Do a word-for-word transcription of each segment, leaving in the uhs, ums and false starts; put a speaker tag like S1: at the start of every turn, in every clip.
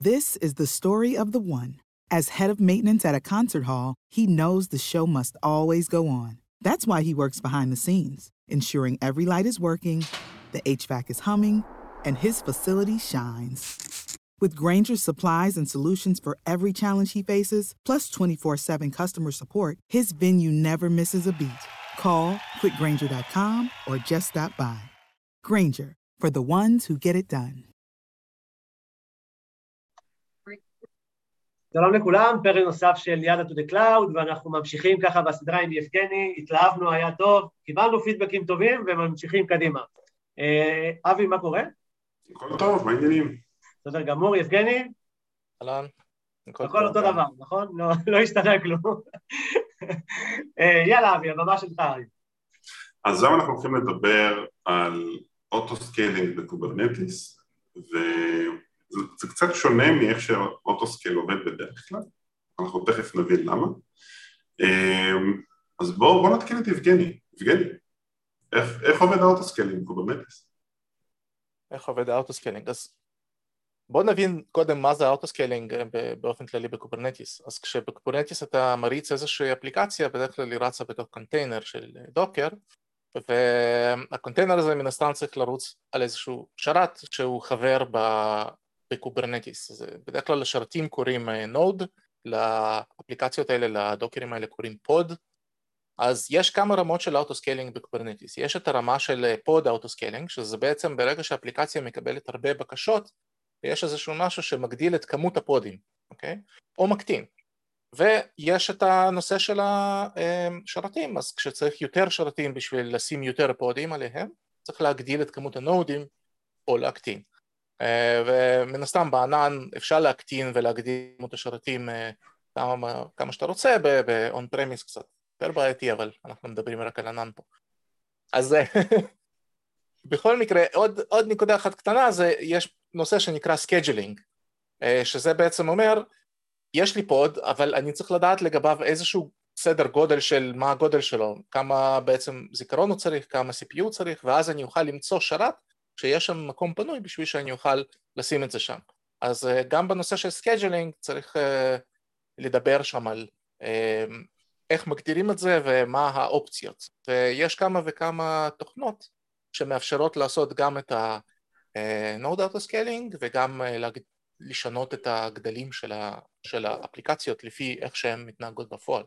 S1: This is the story of the one. As head of maintenance at a concert hall, he knows the show must always go on. That's why he works behind the scenes, ensuring every light is working, the H V A C is humming, and his facility shines. With Grainger's supplies and solutions for every challenge he faces, plus twenty-four seven customer support, his venue never misses a beat. Call quick grainger dot com or just stop by. Grainger, for the ones who get it done.
S2: שלום לכולם, פרק נוסף של יאללה to the cloud, ואנחנו ממשיכים ככה בסדרה עם יבגני, התלהבנו, היה טוב, קיבלנו פידבקים טובים וממשיכים קדימה. אבי, מה קורה?
S3: הכל טוב, מה העניינים?
S2: בסדר גמור, יבגני?
S4: אהלן.
S2: הכל אותו דבר, נכון? לא השתנה כלום. יאללה אבי, הבמה שלך.
S3: אז היום אנחנו הולכים לדבר על אוטוסקיילינג בקוברנטיס, וזה קצת שונה מאיך שאוטוסקייל עובד בדרך כלל, אנחנו תכף נבין למה. אז בואו בוא נתקין את יבגני. יבגני, איך, איך עובד האוטוסקיילינג בקוברנטיס?
S4: איך עובד האוטוסקיילינג? אז בואו נבין קודם מה זה האוטוסקיילינג באופן כללי בקוברנטיס. אז כשבקוברנטיס אתה מריץ איזושהי אפליקציה, בדרך כלל היא רצה בתוך קונטיינר של דוקר, והקונטיינר הזה מן הסתם צריך לרוץ על איזשהו שרת שהוא חבר בקוברנטיס. אז בדרך כלל לשרתים קוראים נוד, לאפליקציות האלה, לדוקרים האלה קוראים פוד. אז יש כמה רמות של אוטוסקיילינג בקוברנטיס. יש את הרמה של פוד אוטוסקיילינג, שזה בעצם ברגע שהאפליקציה מקבלת הרבה בקשות, ויש איזשהו משהו שמגדיל את כמות הפודים, אוקיי? או מקטין. ויש את הנושא של השרתים, אז כשצריך יותר שרתים בשביל לשים יותר פודים עליהם, צריך להגדיל את כמות הנודים או להקטין. ומן הסתם בענן אפשר להקטין ולהגדיל כמות השרתים כמה, כמה שאתה רוצה, ב-on premise קצת יותר בעייתי, אבל אנחנו מדברים רק על ענן פה. אז בכל מקרה, עוד, עוד נקודה אחת קטנה, זה יש נושא שנקרא scheduling, שזה בעצם אומר, יש לי פוד, אבל אני צריך לדעת לגביו איזשהו סדר גודל של מה הגודל שלו, כמה בעצם זיכרון הוא צריך, כמה סי פי יו צריך, ואז אני אוכל למצוא שרת שיש שם מקום פנוי בשביל שאני אוכל לשים את זה שם. אז גם בנושא של scheduling צריך לדבר שם על איך מגדירים את זה ומה האופציות. ויש כמה וכמה תוכנות שמאפשרות לעשות גם את ה-node autoscaling וגם לשנות את הגדלים של, ה, של האפליקציות לפי איך שהן מתנהגות בפועל.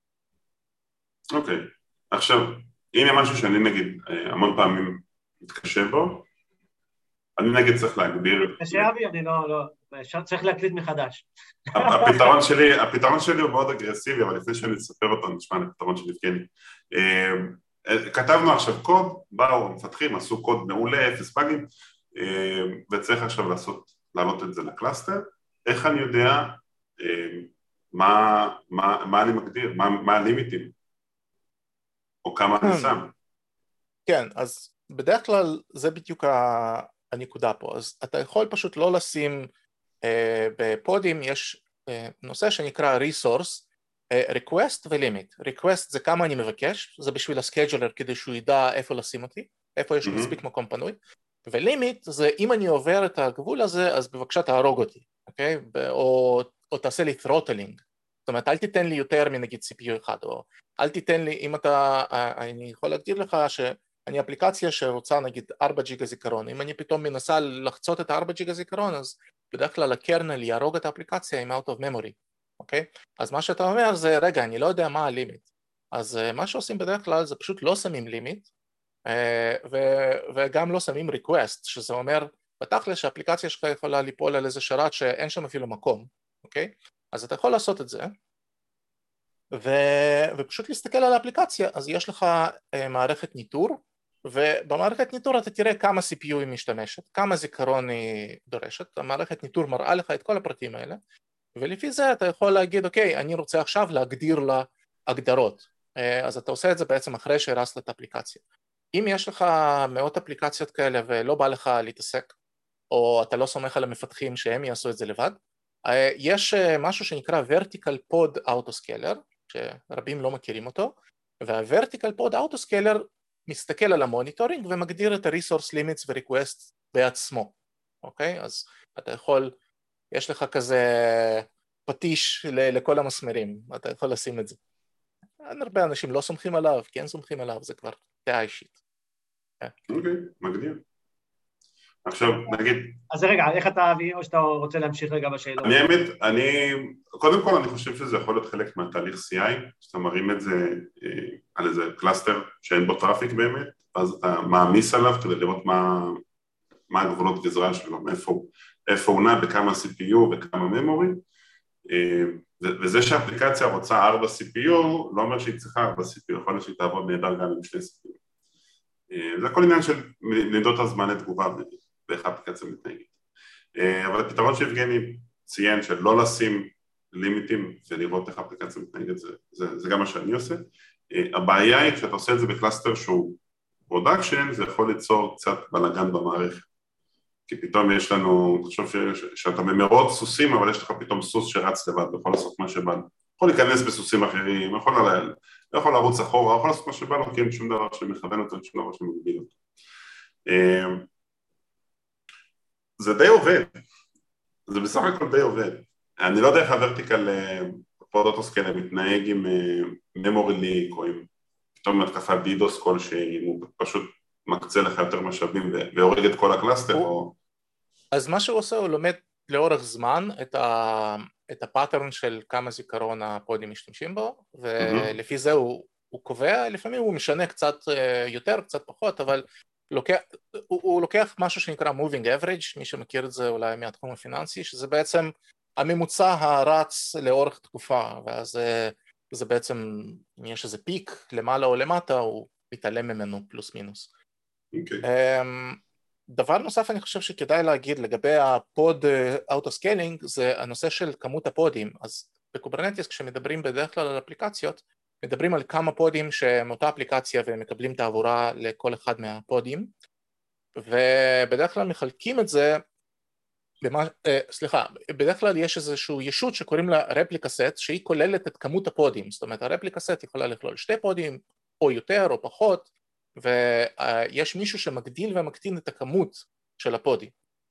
S3: אוקיי, okay. עכשיו, אם יהיה משהו שאני נגיד המון פעמים מתקשה בו, אני נגיד צריך להגביר...
S2: קשה אבי, אני לא, לא, צריך להקליט מחדש.
S3: הפתרון שלי, הפתרון שלי הוא מאוד אגרסיבי, אבל לפני שאני אספר אותו, נשמע על הפתרון של יבגני. כתבנו עכשיו קוד, באו, מפתחים, עשו קוד מעולה, אפס באגים, וצריך עכשיו לעשות, להעלות את זה לקלאסטר. איך אני יודע מה, מה, מה אני מגדיר, מה, מה הלימיטים, או כמה אני שם?
S4: כן, אז בדרך כלל זה בדיוק הנקודה פה. אז אתה יכול פשוט לא לשים, בפודים יש נושא שנקרא resource, request ו-limit. request זה כמה אני מבקש, זה בשביל הסקייג'ולר כדי שהוא ידע איפה לשים אותי, איפה יש מספיק מקום פנוי, ו-limit זה אם אני עובר את הגבול הזה, אז בבקשה תהרוג אותי, אוקיי? או, או תעשה לי throttling, זאת אומרת אל תיתן לי יותר מנגיד סי פי יו אחד, או אל תיתן לי, אם אתה, אני יכול להגדיר לך שאני אפליקציה שרוצה נגיד ארבע ג'יגה זיכרון, אם אני פתאום מנסה לחצות את ה-ארבע ג'יגה זיכרון, אז בדרך כלל הקרנל יהרוג את האפליקציה עם out of memory. אוקיי? אז מה שאתה אומר זה, רגע, אני לא יודע מה הלימיט. אז מה שעושים בדרך כלל זה פשוט לא שמים לימיט, וגם לא שמים request, שזה אומר, בתכל'ס שהאפליקציה שלך יכולה ליפול על איזה שרת שאין שם אפילו מקום, אוקיי? אז אתה יכול לעשות את זה, ופשוט להסתכל על האפליקציה, אז יש לך מערכת ניטור, ובמערכת ניטור אתה תראה כמה סי פי יו היא משתמשת, כמה זיכרון היא דורשת, המערכת ניטור מראה לך את כל הפרטים האלה, ולפי זה אתה יכול להגיד, אוקיי, אני רוצה עכשיו להגדיר לה הגדרות. אז אתה עושה את זה בעצם אחרי שהרסת את האפליקציה. אם יש לך מאות אפליקציות כאלה ולא בא לך להתעסק, או אתה לא סומך על המפתחים שהם יעשו את זה לבד, יש משהו שנקרא Vertical Pod Autoscaler, שרבים לא מכירים אותו, וה-Vertical Pod Autoscaler מסתכל על המוניטורינג ומגדיר את ה-Resource Limits ו-Requests בעצמו. אוקיי? אז אתה יכול יש לך כזה פטיש לכל המסמרים, אתה יכול לשים את זה. הרבה אנשים לא סומכים עליו, כן סומכים עליו, זה כבר דעה אישית.
S3: אוקיי, מגניב. עכשיו, נגיד...
S2: אז רגע, איך אתה אבי, או שאתה רוצה להמשיך רגע בשאלות?
S3: אני האמת, אני... קודם כל, אני חושב שזה יכול להיות חלק מהתהליך סי איי, שאתה מרים את זה אה, על איזה קלאסטר שאין בו טראפיק באמת, אז אתה מעמיס עליו כדי לראות מה, מה הגבולות גזרה שלו, מאיפה, איפה הוא נע, בכמה סי פי יו וכמה ממורי, אה, וזה שהאפליקציה רוצה ארבע סי פי יו, לא אומר שהיא צריכה ארבע סי פי יו, יכול להיות שהיא תעבוד נהדר גם עם שני סי פי יו. זה הכל עניין של למדוד את הזמני תגובה ואיך האפליקציה מתנהגת. אבל הפתרון שיבגני ציין של לא לשים לימיטים ולראות איך האפליקציה מתנהגת, זה, זה, זה גם מה שאני עושה. הבעיה היא כשאתה עושה את זה בקלאסטר שהוא פרודקשן, זה יכול ליצור קצת בלגן במערכת. כי פתאום יש לנו, תחשוב ש, שאתה במרוץ סוסים, אבל יש לך פתאום סוס שרץ לבד, ויכול לעשות מה שבא. יכול להיכנס בסוסים אחרים, יכול, לה, יכול לרוץ אחורה, יכול לעשות מה שבא לו, כי אין שום דבר שמכוון אותו, אין שום דבר שמגביל אותו. זה די עובד, זה בסך הכל די עובד. אני לא יודע איך הוורטיקל פרודוטוסקל מתנהג עם memory leak או עם פתאום התקפת דידוס כלשהי, אם הוא פשוט מקצה לך יותר משאבים והורג את כל הקלאסטר או...
S4: אז מה שהוא עושה הוא לומד לאורך זמן את ה... את הפאטרן של כמה זיכרון הפודים משתמשים בו, ולפי זה הוא, הוא קובע, לפעמים הוא משנה קצת יותר, קצת פחות, אבל לוקח, הוא, הוא לוקח משהו שנקרא moving average, מי שמכיר את זה אולי מהתחום הפיננסי, שזה בעצם הממוצע הרץ לאורך תקופה, ואז זה בעצם, אם יש איזה פיק למעלה או למטה, הוא מתעלם ממנו פלוס מינוס.
S3: Okay.
S4: דבר נוסף אני חושב שכדאי להגיד לגבי הפוד אוטוסקיילינג זה הנושא של כמות הפודים. אז בקוברנטיס כשמדברים בדרך כלל על אפליקציות מדברים על כמה פודים שמאותה אפליקציה ומקבלים תעבורה לכל אחד מהפודים, ובדרך כלל מחלקים את זה במה, סליחה, בדרך כלל יש איזשהו ישות שקוראים לה רפליקה סט שהיא כוללת את כמות הפודים, זאת אומרת הרפליקה סט יכולה לכלול שתי פודים או יותר או פחות, ויש מישהו שמגדיל ומקטין את הכמות של הפודים.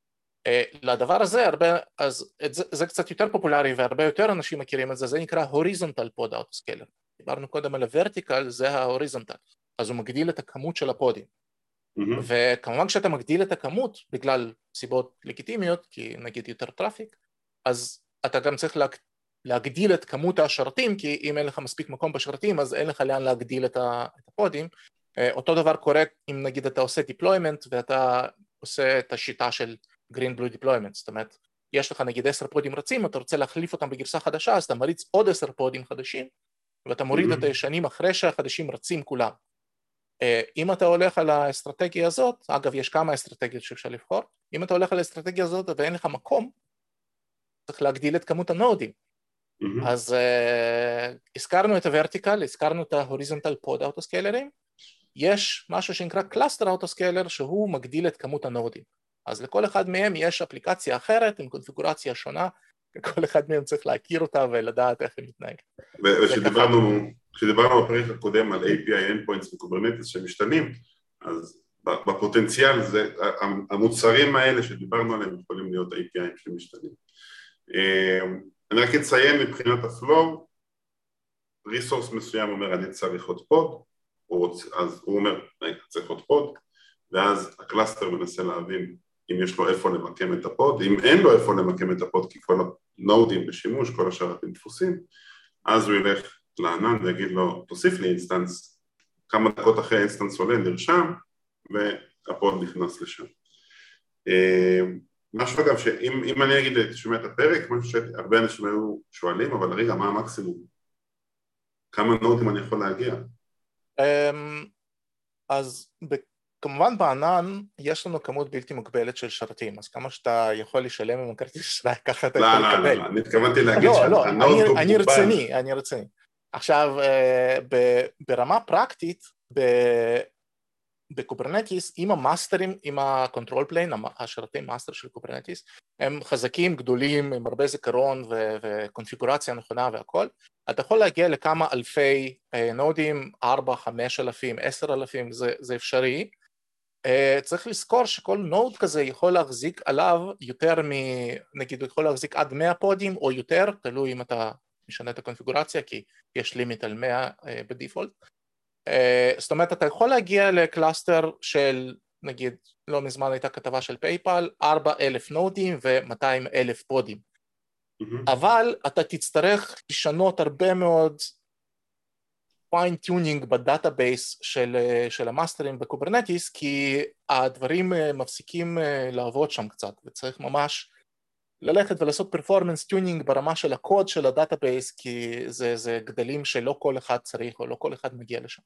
S4: לדבר הזה, הרבה, אז זה, זה קצת יותר פופולרי והרבה יותר אנשים מכירים את זה, זה נקרא הוריזונטל פוד אוטוסקיילר. דיברנו קודם על הוורטיקל, זה ההוריזונטל, אז הוא מגדיל את הכמות של הפודים. Mm-hmm. וכמובן כשאתה מגדיל את הכמות, בגלל סיבות לגיטימיות, כי נגיד יותר טראפיק, אז אתה גם צריך להג... להגדיל את כמות השרתים, כי אם אין לך מספיק מקום בשרתים, אז אין לך לאן להגדיל את הפודים. אותו דבר קורה אם נגיד אתה עושה deployment ואתה עושה את השיטה של green blue deployment, זאת אומרת יש לך נגיד עשר פודים רצים, אתה רוצה להחליף אותם בגרסה חדשה, אז אתה מריץ עוד עשר פודים חדשים ואתה מוריד את הישנים אחרי שהחדשים רצים כולם. אם אתה הולך על האסטרטגיה הזאת, אגב יש כמה אסטרטגיות שאפשר לבחור, אם אתה הולך על האסטרטגיה הזאת ואין לך מקום, צריך להגדיל את כמות הנודים. אז הזכרנו את הוורטיקל, הזכרנו את ההוריזונטל פוד אוטוסקיילרים, יש משהו שנקרא קלאסטר אוטוסקיילר שהוא מגדיל את כמות הנודים. אז לכל אחד מהם יש אפליקציה אחרת עם קונפיגורציה שונה, וכל אחד מהם צריך להכיר אותה ולדעת איך היא מתנהגת.
S3: וכשדיברנו בפרק הקודם על איי פי איי endpoints וקוברנטיס שמשתנים, אז בפוטנציאל זה, המוצרים האלה שדיברנו עליהם יכולים להיות איי פי איי שמשתנים. אני רק אציין מבחינת הפלואו, ריסורס מסוים אומר אני צריך עוד פוד, אז הוא אומר, צריך עוד פוד, ואז הקלאסטר מנסה להבין אם יש לו איפה למקם את הפוד, אם אין לו איפה למקם את הפוד, כי כל הנודים בשימוש, כל השרתים דפוסים, אז הוא ילך לענן ויגיד לו, תוסיף לי אינסטנס, כמה דקות אחרי האינסטנס עולה, נרשם, והפוד נכנס לשם. משהו אגב, שאם אני אגיד, תשמע את הפרק, משהו שהרבה אנשים היו שואלים, אבל רגע, מה המקסימום? כמה נודים אני יכול להגיע?
S4: אז כמובן בענן יש לנו כמות בלתי מוגבלת של שרתים, אז כמה שאתה יכול לשלם עם הכרטיס אשראי, ככה אתה יכול לקבל.
S3: לא, לא, לא, אני התכוונתי להגיד שהנוד הוא
S4: אני רציני, אני רציני. עכשיו, ברמה פרקטית, בקוברנטיס, עם המאסטרים, עם הקונטרול פליין, השרתי מאסטר של קוברנטיס, הם חזקים, גדולים, עם הרבה זיכרון וקונפיגורציה נכונה והכל, אתה יכול להגיע לכמה אלפי נודים, ארבע, חמש אלפים, עשר אלפים, זה, זה אפשרי, Uh, צריך לזכור שכל נוד כזה יכול להחזיק עליו יותר מ... נגיד הוא יכול להחזיק עד מאה פודים או יותר, תלוי אם אתה משנה את הקונפיגורציה, כי יש לימיט על מאה uh, בדיפולט. Uh, זאת אומרת, אתה יכול להגיע לקלאסטר של, נגיד, לא מזמן הייתה כתבה של פייפל, ארבעה אלף נודים ו-מאתיים אלף פודים. Mm-hmm. אבל אתה תצטרך לשנות הרבה מאוד פיין טיונינג בדאטאבייס של, של המאסטרים בקוברנטיס, כי הדברים מפסיקים לעבוד שם קצת, וצריך ממש ללכת ולעשות פרפורמנס טיונינג ברמה של הקוד של הדאטאבייס, כי זה, זה גדלים שלא כל אחד צריך או לא כל אחד מגיע לשם.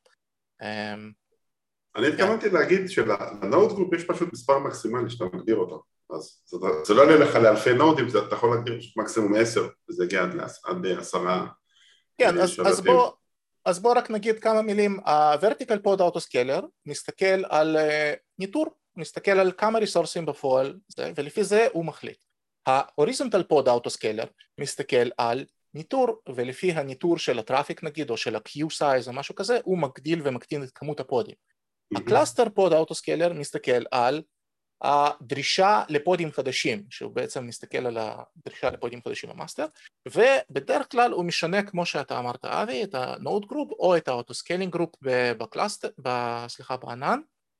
S3: אני התכוונתי להגיד שלנוד גרופ יש פשוט מספר מקסימלי שאתה מגדיר אותו, אז זה לא עולה לך לאלפי נודים, אתה יכול להגדיר מקסימום עשר, וזה הגיע עד עשרה.
S4: כן, אז בוא... אז בואו רק נגיד כמה מילים. ה-Vertical Pod Autoscaler מסתכל על ניטור, מסתכל על כמה ריסורסים בפועל, ולפי זה הוא מחליט. ה-Horizontal Pod Autoscaler מסתכל על ניטור, ולפי הניטור של הטראפיק נגיד, או של ה-Queue Size או משהו כזה, הוא מגדיל ומקטין את כמות הפודים. ה-Cluster Pod Autoscaler מסתכל על הדרישה לפודים חדשים, שהוא בעצם מסתכל על הדרישה לפודים חדשים במאסטר, ובדרך כלל הוא משנה, כמו שאתה אמרת אבי, את ה-Node Group או את ה-Autoscaling Group בקלאסטר, סליחה, בענן,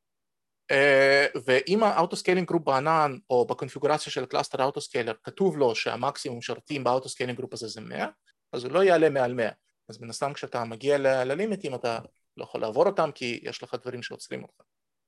S4: ואם ה-Autoscaling Group בענן או בקונפיגורציה של Cluster Autoscaler כתוב לו שהמקסימום שרתים ב-Autoscaling Group הזה זה מאה, אז הוא לא יעלה מעל מאה, אז מן הסתם כשאתה מגיע ללימיטים אתה לא יכול לעבור אותם כי יש לך דברים שעוצרים אותך.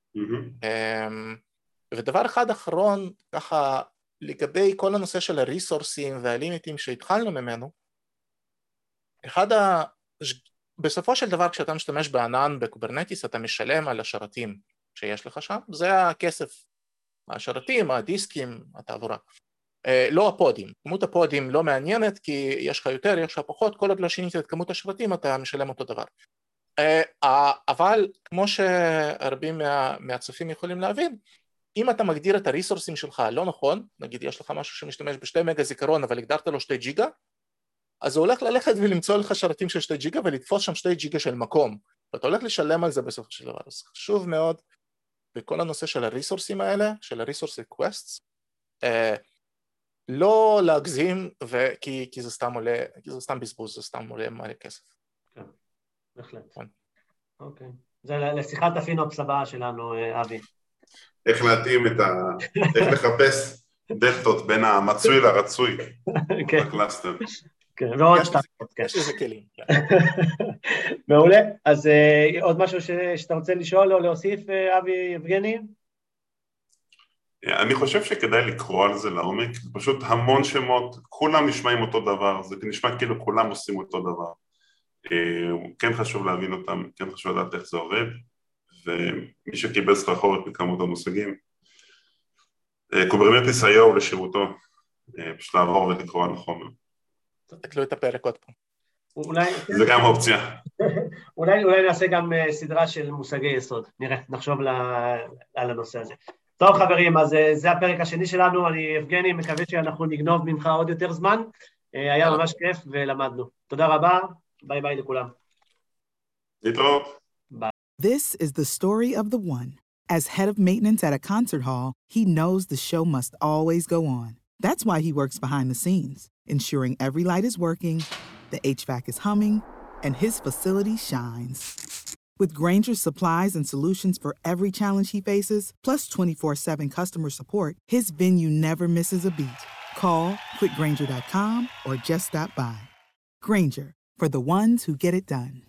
S4: ודבר אחד אחרון, ככה, לגבי כל הנושא של הריסורסים והלימיטים שהתחלנו ממנו, אחד ה... בסופו של דבר כשאתה משתמש בענן בקוברנטיס, אתה משלם על השרתים שיש לך שם, זה הכסף, השרתים, הדיסקים, התעבורה. לא הפודים, כמות הפודים לא מעניינת, כי יש לך יותר, יש לך פחות, כל עוד לא שינית את כמות השרתים, אתה משלם אותו דבר. אבל כמו שהרבים מה... מהצופים יכולים להבין, אם אתה מגדיר את הריסורסים שלך לא נכון, נגיד יש לך משהו שמשתמש בשתי מגה זיכרון, אבל הגדרת לו שתי ג'יגה, אז הוא הולך ללכת ולמצוא לך שרתים של שתי ג'יגה ולתפוס שם שתי ג'יגה של מקום, ואתה הולך לשלם על זה בסופו של דבר. אז חשוב מאוד בכל הנושא של הריסורסים האלה, של הריסורס ריקווסטס, אה, לא להגזים, כי, כי זה סתם עולה, כי זה סתם בזבוז, זה סתם עולה מלא כסף.
S2: כן, בהחלט. אוקיי. זה לשיחת הפינופס הבאה שלנו, אבי.
S3: איך להתאים את ה... איך לחפש דלתות בין המצוי לרצוי בקלאסטר.
S2: כן, ועוד שתיים.
S4: יש לזה כלים.
S2: מעולה. אז עוד משהו שאתה רוצה לשאול או להוסיף, אבי, יבגני?
S3: אני חושב שכדאי לקרוא על זה לעומק, פשוט המון שמות, כולם נשמעים אותו דבר, זה נשמע כאילו כולם עושים אותו דבר. כן חשוב להבין אותם, כן חשוב לדעת איך זה עובד, ומי שקיבל סחרחורת מכמות המושגים, קוברנטיס היום לשירותו, פשוט לעבור ולקרוא על החומר.
S4: תקלו את הפרק עוד פעם.
S3: זה גם אופציה.
S2: אולי נעשה גם סדרה של מושגי יסוד, נראה, נחשוב על הנושא הזה. טוב חברים, אז זה הפרק השני שלנו, אני יבגני, מקווה שאנחנו נגנוב ממך עוד יותר זמן, היה ממש כיף ולמדנו. תודה רבה, ביי ביי לכולם.
S3: להתראות.
S1: This is the story of the one. As head of maintenance at a concert hall, he knows the show must always go on. That's why he works behind the scenes, ensuring every light is working, the H V A C is humming, and his facility shines. With Grainger's supplies and solutions for every challenge he faces, plus twenty-four seven customer support, his venue never misses a beat. Call quick grainger dot com or just stop by. Grainger, for the ones who get it done.